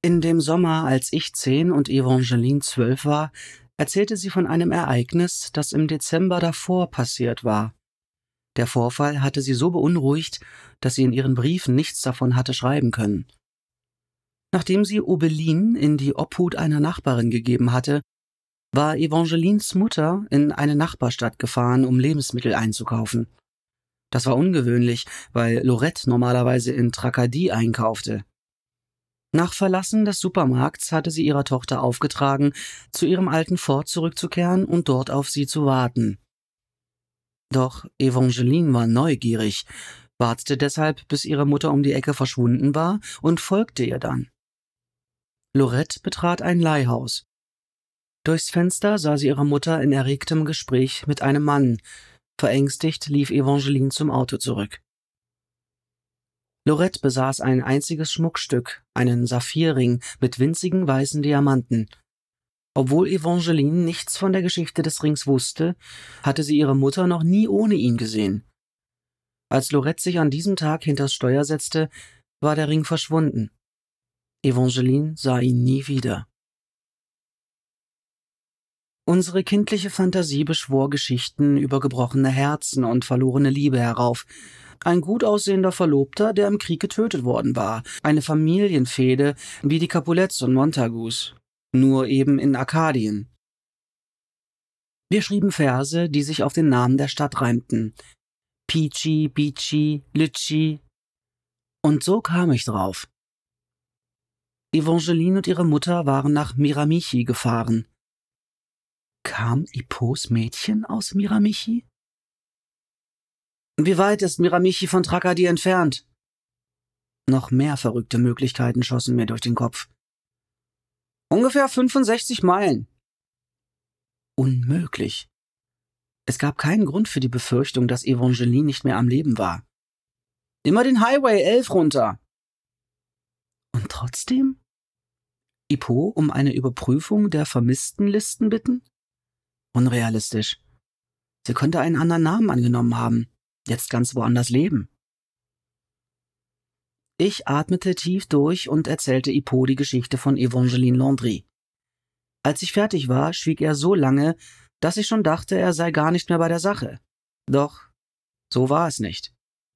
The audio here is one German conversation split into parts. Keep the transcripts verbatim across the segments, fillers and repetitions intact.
In dem Sommer, als ich zehn und Evangeline zwölf war, erzählte sie von einem Ereignis, das im Dezember davor passiert war. Der Vorfall hatte sie so beunruhigt, dass sie in ihren Briefen nichts davon hatte schreiben können. Nachdem sie Aubelin in die Obhut einer Nachbarin gegeben hatte, war Evangelines Mutter in eine Nachbarstadt gefahren, um Lebensmittel einzukaufen. Das war ungewöhnlich, weil Laurette normalerweise in Tracadie einkaufte. Nach Verlassen des Supermarkts hatte sie ihrer Tochter aufgetragen, zu ihrem alten Fort zurückzukehren und dort auf sie zu warten. Doch Evangeline war neugierig, wartete deshalb, bis ihre Mutter um die Ecke verschwunden war und folgte ihr dann. Laurette betrat ein Leihhaus. Durchs Fenster sah sie ihre Mutter in erregtem Gespräch mit einem Mann. Verängstigt lief Evangeline zum Auto zurück. Laurette besaß ein einziges Schmuckstück, einen Saphirring mit winzigen weißen Diamanten. Obwohl Evangeline nichts von der Geschichte des Rings wusste, hatte sie ihre Mutter noch nie ohne ihn gesehen. Als Laurette sich an diesem Tag hinters Steuer setzte, war der Ring verschwunden. Evangeline sah ihn nie wieder. Unsere kindliche Fantasie beschwor Geschichten über gebrochene Herzen und verlorene Liebe herauf. Ein gut aussehender Verlobter, der im Krieg getötet worden war. Eine Familienfehde wie die Capulets und Montagus, nur eben in Arkadien. Wir schrieben Verse, die sich auf den Namen der Stadt reimten. Pici, Bici, Lütschi. Und so kam ich drauf. Evangeline und ihre Mutter waren nach Miramichi gefahren. Kam Hippos Mädchen aus Miramichi? Wie weit ist Miramichi von Tracadie entfernt? Noch mehr verrückte Möglichkeiten schossen mir durch den Kopf. Ungefähr fünfundsechzig Meilen. Unmöglich. Es gab keinen Grund für die Befürchtung, dass Evangeline nicht mehr am Leben war. Immer den Highway elf runter. Und trotzdem? Hippo um eine Überprüfung der Vermisstenlisten bitten? Unrealistisch. Sie konnte einen anderen Namen angenommen haben, jetzt ganz woanders leben. Ich atmete tief durch und erzählte Hippo die Geschichte von Evangeline Landry. Als ich fertig war, schwieg er so lange, dass ich schon dachte, er sei gar nicht mehr bei der Sache. Doch so war es nicht.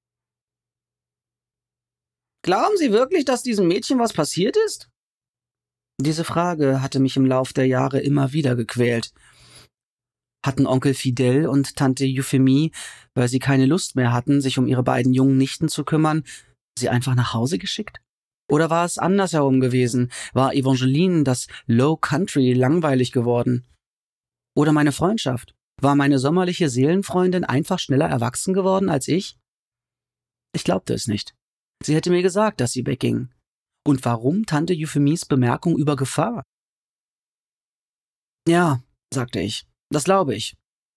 Glauben Sie wirklich, dass diesem Mädchen was passiert ist? Diese Frage hatte mich im Lauf der Jahre immer wieder gequält. Hatten Onkel Fidel und Tante Euphemie, weil sie keine Lust mehr hatten, sich um ihre beiden jungen Nichten zu kümmern, sie einfach nach Hause geschickt? Oder war es andersherum gewesen? War Evangeline das Low Country langweilig geworden? Oder meine Freundschaft? War meine sommerliche Seelenfreundin einfach schneller erwachsen geworden als ich? Ich glaubte es nicht. Sie hätte mir gesagt, dass sie wegging. Und warum Tante Euphemies Bemerkung über Gefahr? Ja, sagte ich. Das glaube ich.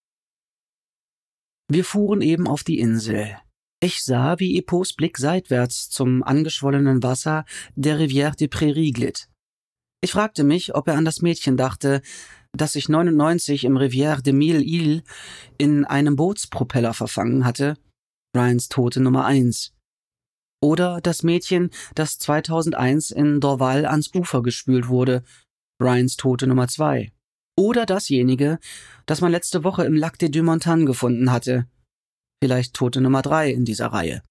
Wir fuhren eben auf die Insel. Ich sah, wie Hippos Blick seitwärts zum angeschwollenen Wasser der Rivière des Prairies glitt. Ich fragte mich, ob er an das Mädchen dachte, das sich neunundneunzig im Rivière des Mille Îles in einem Bootspropeller verfangen hatte, Ryans Tote Nummer eins. Oder das Mädchen, das zweitausendeins in Dorval ans Ufer gespült wurde, Ryans Tote Nummer zwei. Oder dasjenige, das man letzte Woche im Lac des Deux Montagnes gefunden hatte. Vielleicht Tote Nummer drei in dieser Reihe.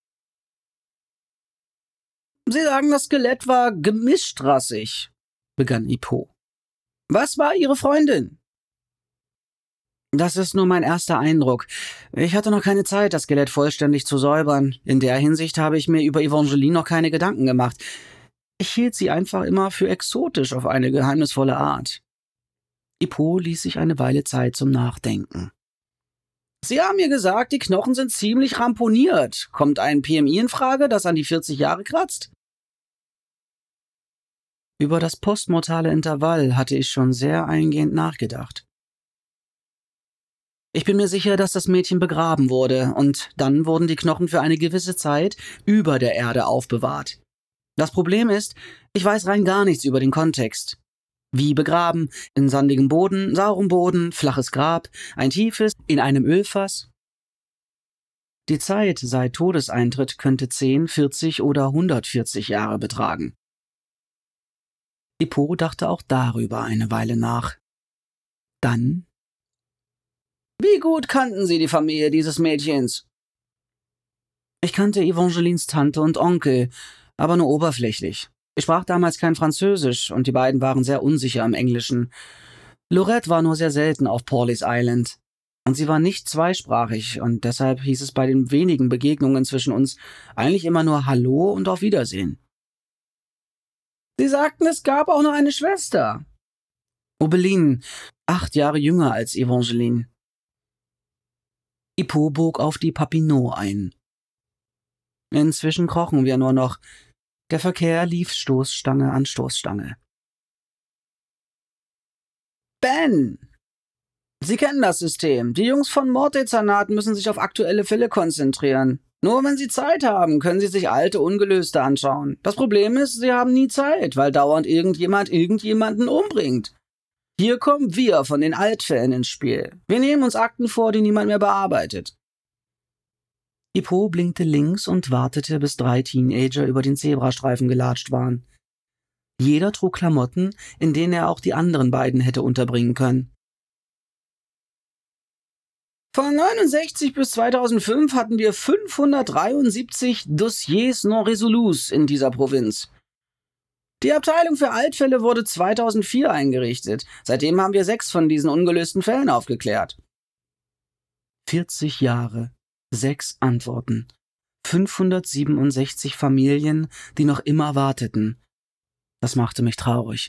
Sie sagen, das Skelett war gemischtrassig, begann Hippo. Was war Ihre Freundin? Das ist nur mein erster Eindruck. Ich hatte noch keine Zeit, das Skelett vollständig zu säubern. In der Hinsicht habe ich mir über Evangeline noch keine Gedanken gemacht. Ich hielt sie einfach immer für exotisch auf eine geheimnisvolle Art. Hippo ließ sich eine Weile Zeit zum Nachdenken. Sie haben mir gesagt, die Knochen sind ziemlich ramponiert. Kommt ein P M I in Frage, das an die vierzig Jahre kratzt? Über das postmortale Intervall hatte ich schon sehr eingehend nachgedacht. Ich bin mir sicher, dass das Mädchen begraben wurde, und dann wurden die Knochen für eine gewisse Zeit über der Erde aufbewahrt. Das Problem ist, ich weiß rein gar nichts über den Kontext. Wie begraben? In sandigem Boden, saurem Boden, flaches Grab, ein tiefes, in einem Ölfass? Die Zeit seit Todeseintritt könnte zehn, vierzig oder hundertvierzig Jahre betragen. Hippo dachte auch darüber eine Weile nach. Dann: »Wie gut kannten Sie die Familie dieses Mädchens?« »Ich kannte Evangelines Tante und Onkel, aber nur oberflächlich. Ich sprach damals kein Französisch und die beiden waren sehr unsicher im Englischen. Lorette war nur sehr selten auf Pawleys Island. Und sie war nicht zweisprachig und deshalb hieß es bei den wenigen Begegnungen zwischen uns eigentlich immer nur Hallo und auf Wiedersehen.« »Sie sagten, es gab auch noch eine Schwester.« »Obeline, acht Jahre jünger als Evangeline.« Hippo bog auf die Papineau ein. Inzwischen krochen wir nur noch. Der Verkehr lief Stoßstange an Stoßstange. »Ben! Sie kennen das System. Die Jungs von Morddezernat müssen sich auf aktuelle Fälle konzentrieren. Nur wenn sie Zeit haben, können sie sich alte Ungelöste anschauen. Das Problem ist, sie haben nie Zeit, weil dauernd irgendjemand irgendjemanden umbringt. Hier kommen wir von den Altfällen ins Spiel. Wir nehmen uns Akten vor, die niemand mehr bearbeitet.« Hippo blinkte links und wartete, bis drei Teenager über den Zebrastreifen gelatscht waren. Jeder trug Klamotten, in denen er auch die anderen beiden hätte unterbringen können. Von neunundsechzig bis zweitausendfünf hatten wir fünfhundertdreiundsiebzig Dossiers non résolus in dieser Provinz. Die Abteilung für Altfälle wurde zweitausendvier eingerichtet. Seitdem haben wir sechs von diesen ungelösten Fällen aufgeklärt. vierzig Jahre, sechs Antworten, fünfhundertsiebenundsechzig Familien, die noch immer warteten. Das machte mich traurig.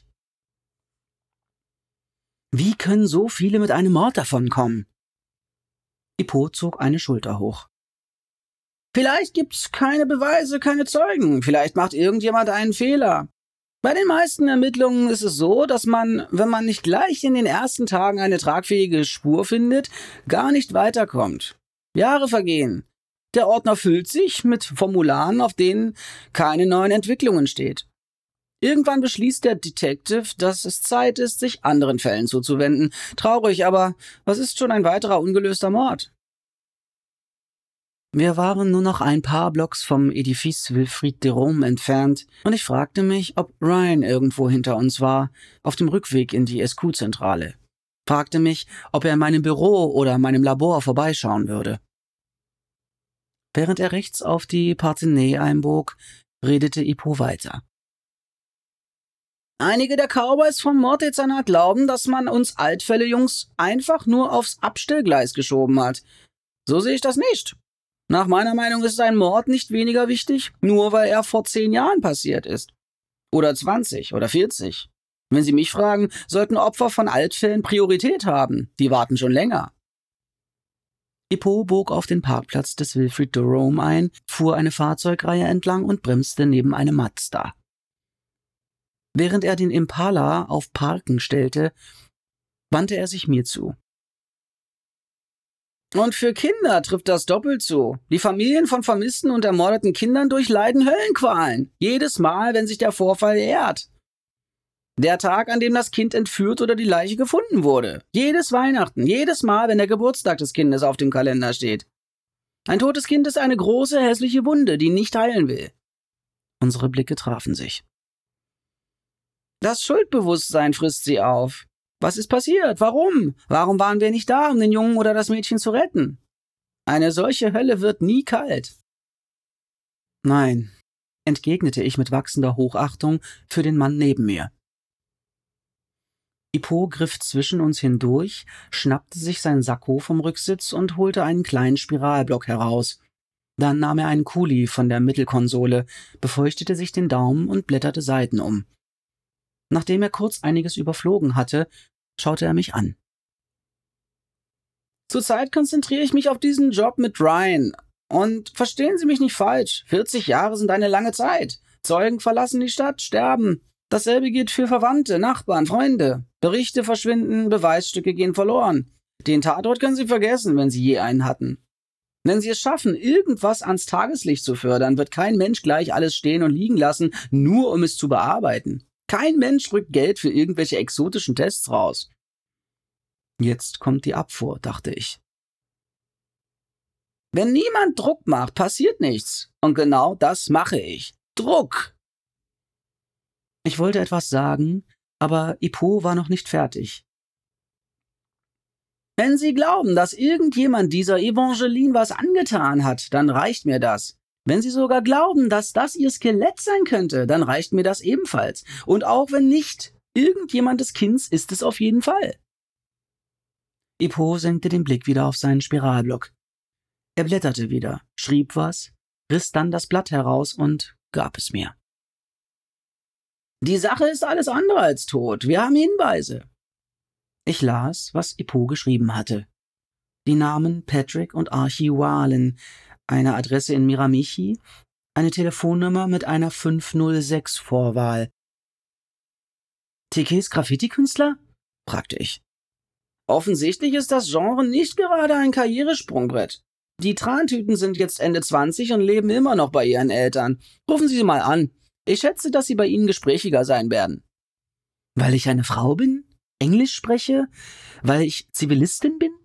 Wie können so viele mit einem Mord davonkommen? Hippo zog eine Schulter hoch. Vielleicht gibt's keine Beweise, keine Zeugen. Vielleicht macht irgendjemand einen Fehler. Bei den meisten Ermittlungen ist es so, dass man, wenn man nicht gleich in den ersten Tagen eine tragfähige Spur findet, gar nicht weiterkommt. Jahre vergehen. Der Ordner füllt sich mit Formularen, auf denen keine neuen Entwicklungen steht. Irgendwann beschließt der Detective, dass es Zeit ist, sich anderen Fällen zuzuwenden. Traurig, aber was ist schon ein weiterer ungelöster Mord? Wir waren nur noch ein paar Blocks vom Edifice Wilfrid de Rome entfernt und ich fragte mich, ob Ryan irgendwo hinter uns war, auf dem Rückweg in die S Q-Zentrale. Fragte mich, ob er in meinem Büro oder meinem Labor vorbeischauen würde. Während er rechts auf die Partenay einbog, redete Hippo weiter. Einige der Cowboys vom Morddezernat glauben, dass man uns Altfälle-Jungs einfach nur aufs Abstellgleis geschoben hat. So sehe ich das nicht. Nach meiner Meinung ist ein Mord nicht weniger wichtig, nur weil er vor zehn Jahren passiert ist. Oder zwanzig oder vierzig. Wenn Sie mich fragen, sollten Opfer von Altfällen Priorität haben. Die warten schon länger. Hippo bog auf den Parkplatz des Wilfrid de Rome ein, fuhr eine Fahrzeugreihe entlang und bremste neben einem Mazda. Während er den Impala auf Parken stellte, wandte er sich mir zu. Und für Kinder trifft das doppelt zu. Die Familien von vermissten und ermordeten Kindern durchleiden Höllenqualen. Jedes Mal, wenn sich der Vorfall jährt. Der Tag, an dem das Kind entführt oder die Leiche gefunden wurde. Jedes Weihnachten, jedes Mal, wenn der Geburtstag des Kindes auf dem Kalender steht. Ein totes Kind ist eine große, hässliche Wunde, die nicht heilen will. Unsere Blicke trafen sich. Das Schuldbewusstsein frisst sie auf. Was ist passiert? Warum? Warum waren wir nicht da, um den Jungen oder das Mädchen zu retten? Eine solche Hölle wird nie kalt. Nein, entgegnete ich mit wachsender Hochachtung für den Mann neben mir. Hippo griff zwischen uns hindurch, schnappte sich sein Sakko vom Rücksitz und holte einen kleinen Spiralblock heraus. Dann nahm er einen Kuli von der Mittelkonsole, befeuchtete sich den Daumen und blätterte Seiten um. Nachdem er kurz einiges überflogen hatte, schaute er mich an. Zurzeit konzentriere ich mich auf diesen Job mit Ryan. Und verstehen Sie mich nicht falsch, vierzig Jahre sind eine lange Zeit. Zeugen verlassen die Stadt, sterben. Dasselbe gilt für Verwandte, Nachbarn, Freunde. Berichte verschwinden, Beweisstücke gehen verloren. Den Tatort können Sie vergessen, wenn Sie je einen hatten. Wenn Sie es schaffen, irgendwas ans Tageslicht zu fördern, wird kein Mensch gleich alles stehen und liegen lassen, nur um es zu bearbeiten. Kein Mensch rückt Geld für irgendwelche exotischen Tests raus. Jetzt kommt die Abfuhr, dachte ich. Wenn niemand Druck macht, passiert nichts. Und genau das mache ich. Druck! Ich wollte etwas sagen, aber Ipo war noch nicht fertig. Wenn Sie glauben, dass irgendjemand dieser Evangeline was angetan hat, dann reicht mir das. Wenn Sie sogar glauben, dass das Ihr Skelett sein könnte, dann reicht mir das ebenfalls. Und auch wenn nicht irgendjemand des Kinds, ist es auf jeden Fall. Ipo senkte den Blick wieder auf seinen Spiralblock. Er blätterte wieder, schrieb was, riss dann das Blatt heraus und gab es mir. Die Sache ist alles andere als tot. Wir haben Hinweise. Ich las, was Ipo geschrieben hatte. Die Namen Patrick und Archie Whalen, eine Adresse in Miramichi, eine Telefonnummer mit einer fünf null sechs Vorwahl. T Ks Graffiti-Künstler? Fragte ich. Offensichtlich ist das Genre nicht gerade ein Karrieresprungbrett. Die Trantüten sind jetzt Ende zwanzig und leben immer noch bei ihren Eltern. Rufen Sie sie mal an. Ich schätze, dass sie bei Ihnen gesprächiger sein werden. Weil ich eine Frau bin? Englisch spreche? Weil ich Zivilistin bin?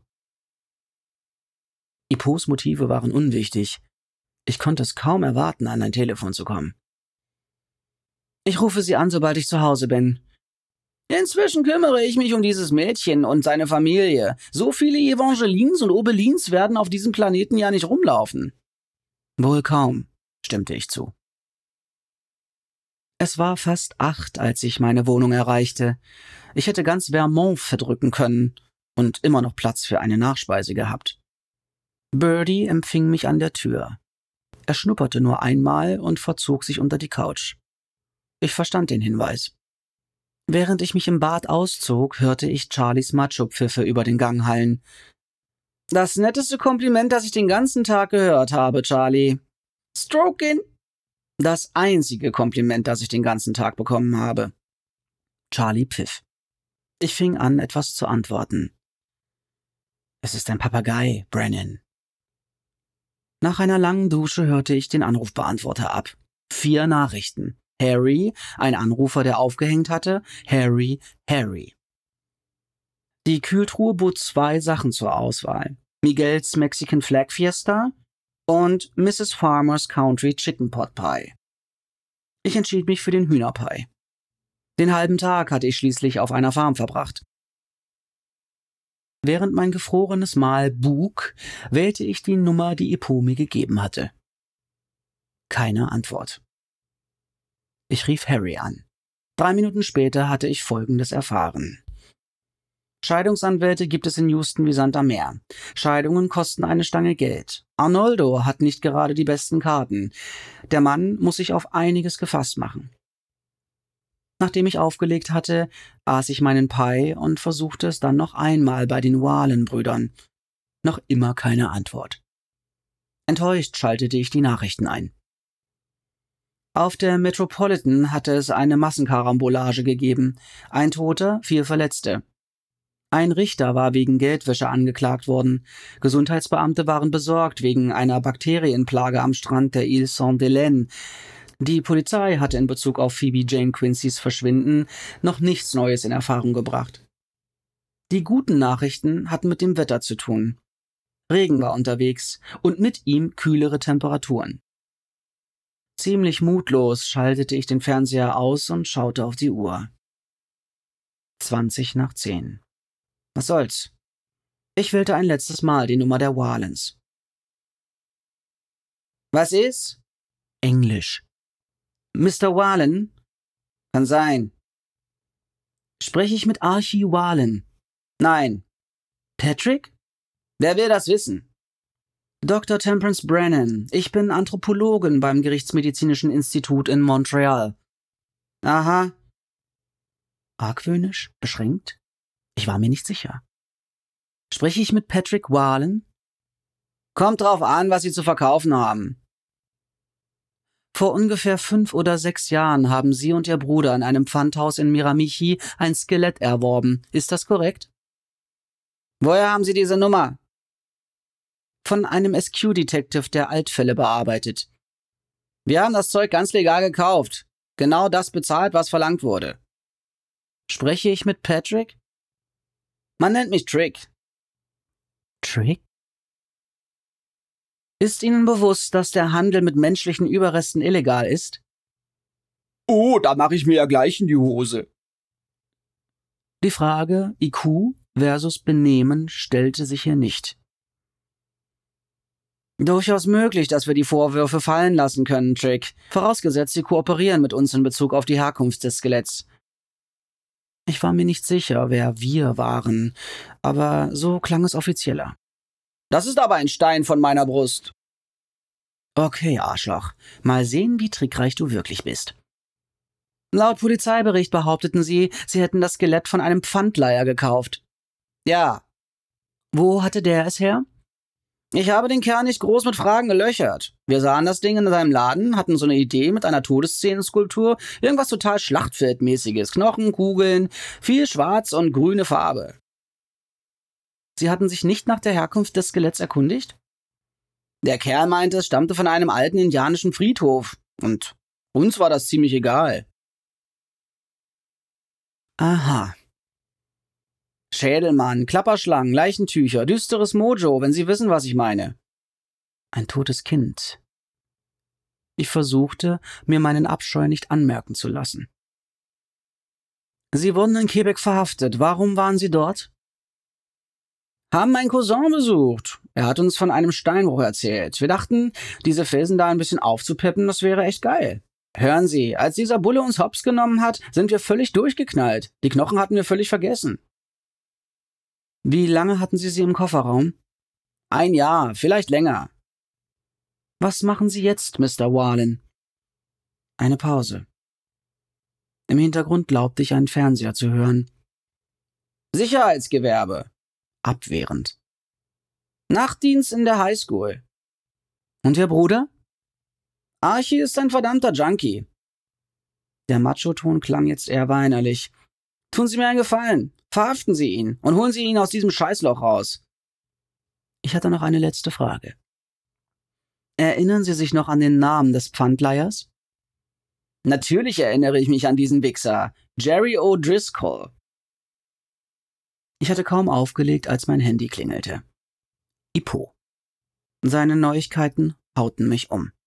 Ipos Motive waren unwichtig. Ich konnte es kaum erwarten, an ein Telefon zu kommen. Ich rufe Sie an, sobald ich zu Hause bin. Inzwischen kümmere ich mich um dieses Mädchen und seine Familie. So viele Evangelines und Obelins werden auf diesem Planeten ja nicht rumlaufen. Wohl kaum, stimmte ich zu. Es war fast acht, als ich meine Wohnung erreichte. Ich hätte ganz Vermont verdrücken können und immer noch Platz für eine Nachspeise gehabt. Birdie empfing mich an der Tür. Er schnupperte nur einmal und verzog sich unter die Couch. Ich verstand den Hinweis. Während ich mich im Bad auszog, hörte ich Charlies Macho-Pfiffe über den Gang hallen. Das netteste Kompliment, das ich den ganzen Tag gehört habe, Charlie. Strokin. Das einzige Kompliment, das ich den ganzen Tag bekommen habe. Charlie pfiff. Ich fing an, etwas zu antworten. Es ist ein Papagei, Brennan. Nach einer langen Dusche hörte ich den Anrufbeantworter ab. Vier Nachrichten. Harry, ein Anrufer, der aufgehängt hatte. Harry, Harry. Die Kühltruhe bot zwei Sachen zur Auswahl. Miguels Mexican Flag Fiesta und Misses Farmer's Country Chicken Pot Pie. Ich entschied mich für den Hühnerpie. Den halben Tag hatte ich schließlich auf einer Farm verbracht. Während mein gefrorenes Mahl bug, wählte ich die Nummer, die Ipo mir gegeben hatte. Keine Antwort. Ich rief Harry an. Drei Minuten später hatte ich Folgendes erfahren. Scheidungsanwälte gibt es in Houston wie Sand am Meer. Scheidungen kosten eine Stange Geld. Arnoldo hat nicht gerade die besten Karten. Der Mann muss sich auf einiges gefasst machen. Nachdem ich aufgelegt hatte, aß ich meinen Pie und versuchte es dann noch einmal bei den Whalen-Brüdern. Noch immer keine Antwort. Enttäuscht schaltete ich die Nachrichten ein. Auf der Metropolitan hatte es eine Massenkarambolage gegeben. Ein Toter, vier Verletzte. Ein Richter war wegen Geldwäsche angeklagt worden. Gesundheitsbeamte waren besorgt wegen einer Bakterienplage am Strand der Ile Sainte-Hélène. Die Polizei hatte in Bezug auf Phoebe Jane Quincy's Verschwinden noch nichts Neues in Erfahrung gebracht. Die guten Nachrichten hatten mit dem Wetter zu tun. Regen war unterwegs und mit ihm kühlere Temperaturen. Ziemlich mutlos schaltete ich den Fernseher aus und schaute auf die Uhr. Zwanzig nach zehn. Was soll's? Ich wählte ein letztes Mal die Nummer der Whalens. Was ist? Englisch. Mister Whalen? Kann sein. Spreche ich mit Archie Whalen? Nein. Patrick? Wer will das wissen? Doktor Temperance Brennan. Ich bin Anthropologin beim Gerichtsmedizinischen Institut in Montreal. Aha. Argwöhnisch? Beschränkt? Ich war mir nicht sicher. Spreche ich mit Patrick Whalen? Kommt drauf an, was Sie zu verkaufen haben. Vor ungefähr fünf oder sechs Jahren haben Sie und Ihr Bruder in einem Pfandhaus in Miramichi ein Skelett erworben. Ist das korrekt? Woher haben Sie diese Nummer? Von einem S Q-Detective, der Altfälle bearbeitet. Wir haben das Zeug ganz legal gekauft. Genau das bezahlt, was verlangt wurde. Spreche ich mit Patrick? Man nennt mich Trick. Trick? Ist Ihnen bewusst, dass der Handel mit menschlichen Überresten illegal ist? Oh Oh, da mache ich mir ja gleich in die Hose. Die Frage I Q versus Benehmen stellte sich hier nicht. Durchaus möglich, dass wir die Vorwürfe fallen lassen können, Trick. Vorausgesetzt, Sie kooperieren mit uns in Bezug auf die Herkunft des Skeletts. Ich war mir nicht sicher, wer wir waren, aber so klang es offizieller. Das ist aber ein Stein von meiner Brust. Okay, Arschloch. Mal sehen, wie trickreich du wirklich bist. Laut Polizeibericht behaupteten Sie, Sie hätten das Skelett von einem Pfandleiher gekauft. Ja. Wo hatte der es her? Ich habe den Kerl nicht groß mit Fragen gelöchert. Wir sahen das Ding in seinem Laden, hatten so eine Idee mit einer Todesszenenskulptur, irgendwas total Schlachtfeldmäßiges, Knochen, Kugeln, viel Schwarz und grüne Farbe. Sie hatten sich nicht nach der Herkunft des Skeletts erkundigt? Der Kerl meinte, es stammte von einem alten indianischen Friedhof. Und uns war das ziemlich egal. Aha. Schädelmann, Klapperschlangen, Leichentücher, düsteres Mojo, wenn Sie wissen, was ich meine. Ein totes Kind. Ich versuchte, mir meinen Abscheu nicht anmerken zu lassen. Sie wurden in Quebec verhaftet. Warum waren Sie dort? Haben meinen Cousin besucht. Er hat uns von einem Steinbruch erzählt. Wir dachten, diese Felsen da ein bisschen aufzupeppen, das wäre echt geil. Hören Sie, als dieser Bulle uns hops genommen hat, sind wir völlig durchgeknallt. Die Knochen hatten wir völlig vergessen. Wie lange hatten Sie sie im Kofferraum? Ein Jahr, vielleicht länger. Was machen Sie jetzt, Mister Wallen? Eine Pause. Im Hintergrund glaubte ich, einen Fernseher zu hören. Sicherheitsgewerbe. Abwehrend. Nachtdienst in der Highschool. Und Ihr Bruder? Archie ist ein verdammter Junkie. Der Macho-Ton klang jetzt eher weinerlich. Tun Sie mir einen Gefallen. Verhaften Sie ihn und holen Sie ihn aus diesem Scheißloch raus. Ich hatte noch eine letzte Frage. Erinnern Sie sich noch an den Namen des Pfandleihers? Natürlich erinnere ich mich an diesen Wichser. Jerry O'Driscoll. Ich hatte kaum aufgelegt, als mein Handy klingelte. Ipo. Seine Neuigkeiten hauten mich um.